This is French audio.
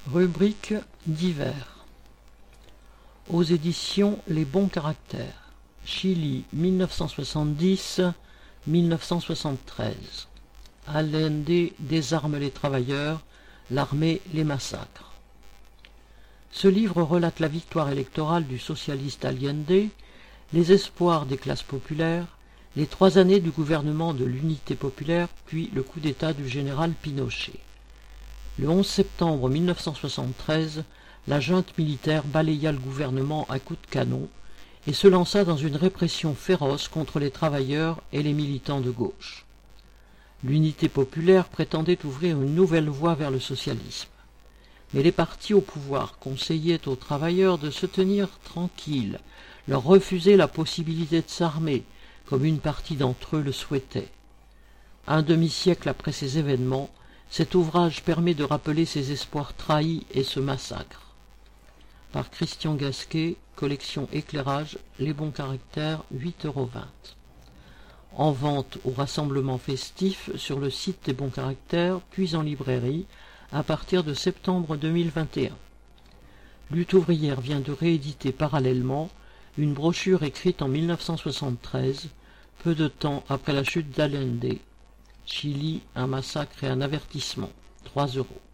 Rubrique divers. Aux éditions Les Bons Caractères. Chili 1970-1973. Allende désarme les travailleurs, l'armée les massacre. Ce livre relate la victoire électorale du socialiste Allende, les espoirs des classes populaires, les 3 années du gouvernement de l'unité populaire, puis le coup d'État du général Pinochet. Le 11 septembre 1973, la junte militaire balaya le gouvernement à coups de canon et se lança dans une répression féroce contre les travailleurs et les militants de gauche. L'unité populaire prétendait ouvrir une nouvelle voie vers le socialisme. Mais les partis au pouvoir conseillaient aux travailleurs de se tenir tranquilles, leur refusaient la possibilité de s'armer, comme une partie d'entre eux le souhaitait. Un demi-siècle après ces événements, cet ouvrage permet de rappeler ces espoirs trahis et ce massacre. Par Christian Gasquet, collection Éclairage, Les Bons Caractères, 8,20 €. En vente au rassemblement festif sur le site des Bons Caractères, puis en librairie, à partir de septembre 2021. Lutte ouvrière vient de rééditer parallèlement une brochure écrite en 1973, peu de temps après la chute d'Allende. Chili, un massacre et un avertissement, 3 €.